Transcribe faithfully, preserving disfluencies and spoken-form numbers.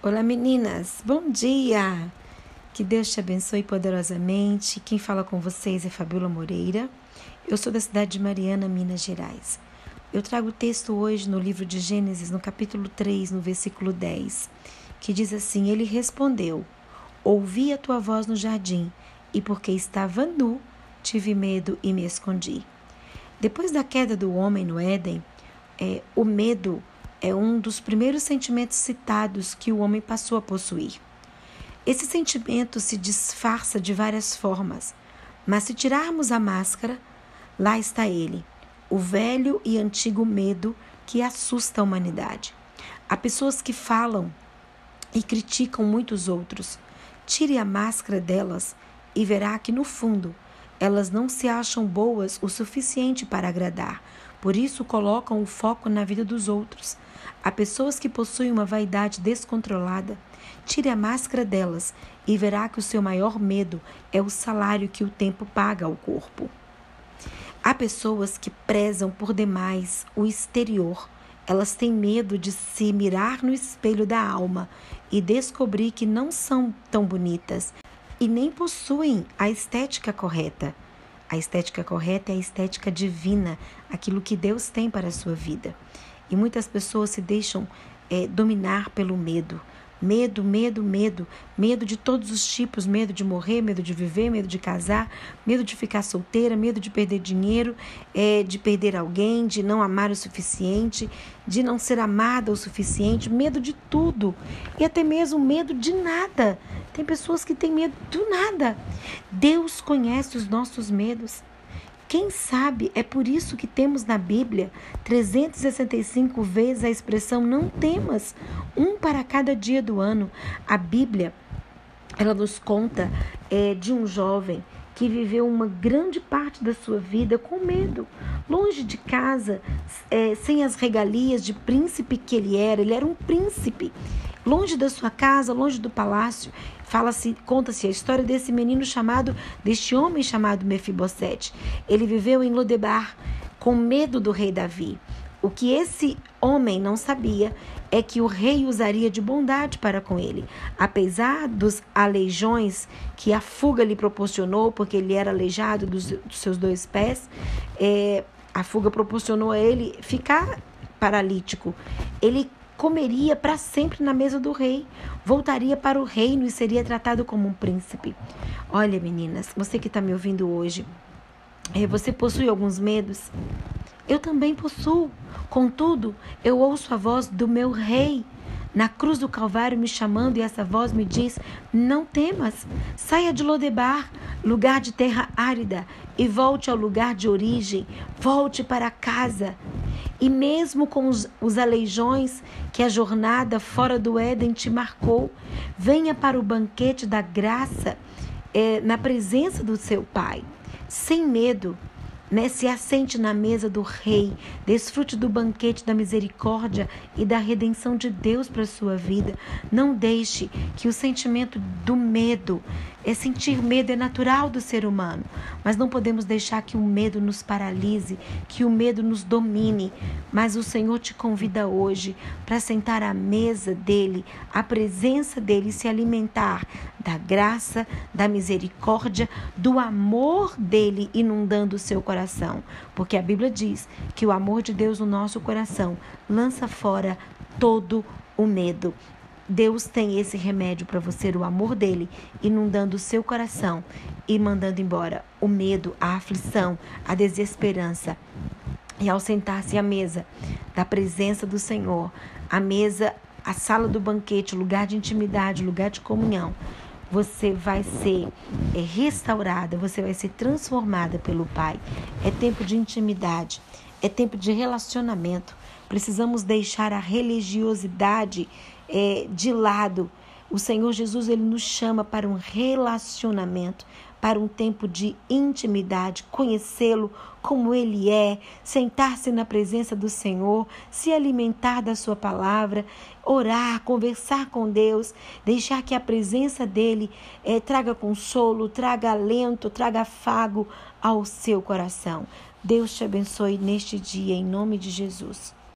Olá meninas, bom dia! Que Deus te abençoe poderosamente. Quem fala com vocês é Fabiola Moreira. Eu sou da cidade de Mariana, Minas Gerais. Eu trago o texto hoje no livro de Gênesis, no capítulo três, no versículo dez, que diz assim: Ele respondeu: Ouvi a tua voz no jardim, e porque estava nu, tive medo e me escondi. Depois da queda do homem no Éden, é, o medo é um dos primeiros sentimentos citados que o homem passou a possuir. Esse sentimento se disfarça de várias formas, mas se tirarmos a máscara, lá está ele, o velho e antigo medo que assusta a humanidade. Há pessoas que falam e criticam muitos outros. Tire a máscara delas e verá que, no fundo, elas não se acham boas o suficiente para agradar. Por isso, colocam o foco na vida dos outros. Há pessoas que possuem uma vaidade descontrolada. Tire a máscara delas e verá que o seu maior medo é o salário que o tempo paga ao corpo. Há pessoas que prezam por demais o exterior. Elas têm medo de se mirar no espelho da alma e descobrir que não são tão bonitas e nem possuem a estética correta. A estética correta é a estética divina, aquilo que Deus tem para a sua vida. E muitas pessoas se deixam é, dominar pelo medo. Medo, medo, medo. Medo de todos os tipos. Medo de morrer, medo de viver, medo de casar, medo de ficar solteira, medo de perder dinheiro, é, de perder alguém, de não amar o suficiente, de não ser amada o suficiente. Medo de tudo. E até mesmo medo de nada. Tem pessoas que têm medo do nada. Deus conhece os nossos medos. Quem sabe é por isso que temos na Bíblia trezentas e sessenta e cinco vezes a expressão não temas, um para cada dia do ano. A Bíblia, ela nos conta é, de um jovem que viveu uma grande parte da sua vida com medo, longe de casa, é, sem as regalias de príncipe que ele era. Ele era um príncipe, longe da sua casa, longe do palácio. Fala-se, conta-se a história desse menino chamado, deste homem chamado Mefibosete. Ele viveu em Lodebar, com medo do rei Davi. O que esse homem não sabia é que o rei usaria de bondade para com ele. Apesar dos aleijões que a fuga lhe proporcionou, porque ele era aleijado dos, dos seus dois pés, é, a fuga proporcionou a ele ficar paralítico. Ele comeria para sempre na mesa do rei, voltaria para o reino e seria tratado como um príncipe. Olha, meninas, você que está me ouvindo hoje, você possui alguns medos? Eu também possuo. Contudo, eu ouço a voz do meu rei na cruz do Calvário me chamando, e essa voz me diz: não temas, saia de Lodebar, lugar de terra árida, e volte ao lugar de origem, volte para casa. E mesmo com os, os aleijões que a jornada fora do Éden te marcou, venha para o banquete da graça, é, na presença do seu Pai, sem medo. Né? Se assente na mesa do rei, desfrute do banquete da misericórdia e da redenção de Deus para a sua vida. Não deixe que o sentimento do medo, é sentir medo é natural do ser humano, mas não podemos deixar que o medo nos paralise, que o medo nos domine. Mas o Senhor te convida hoje para sentar à mesa dele, à presença dele, e se alimentar da graça, da misericórdia, do amor dele inundando o seu coração. Porque a Bíblia diz que o amor de Deus no nosso coração lança fora todo o medo. Deus tem esse remédio para você, o amor dele, inundando o seu coração e mandando embora o medo, a aflição, a desesperança. E ao sentar-se à mesa da presença do Senhor, a mesa, a sala do banquete, lugar de intimidade, lugar de comunhão, você vai ser é, restaurada, você vai ser transformada pelo Pai. É tempo de intimidade, é tempo de relacionamento. Precisamos deixar a religiosidade é, de lado. O Senhor Jesus, ele nos chama para um relacionamento, para um tempo de intimidade, conhecê-lo como ele é, sentar-se na presença do Senhor, se alimentar da sua palavra, orar, conversar com Deus, deixar que a presença dele é, traga consolo, traga alento, traga afago ao seu coração. Deus te abençoe neste dia, em nome de Jesus.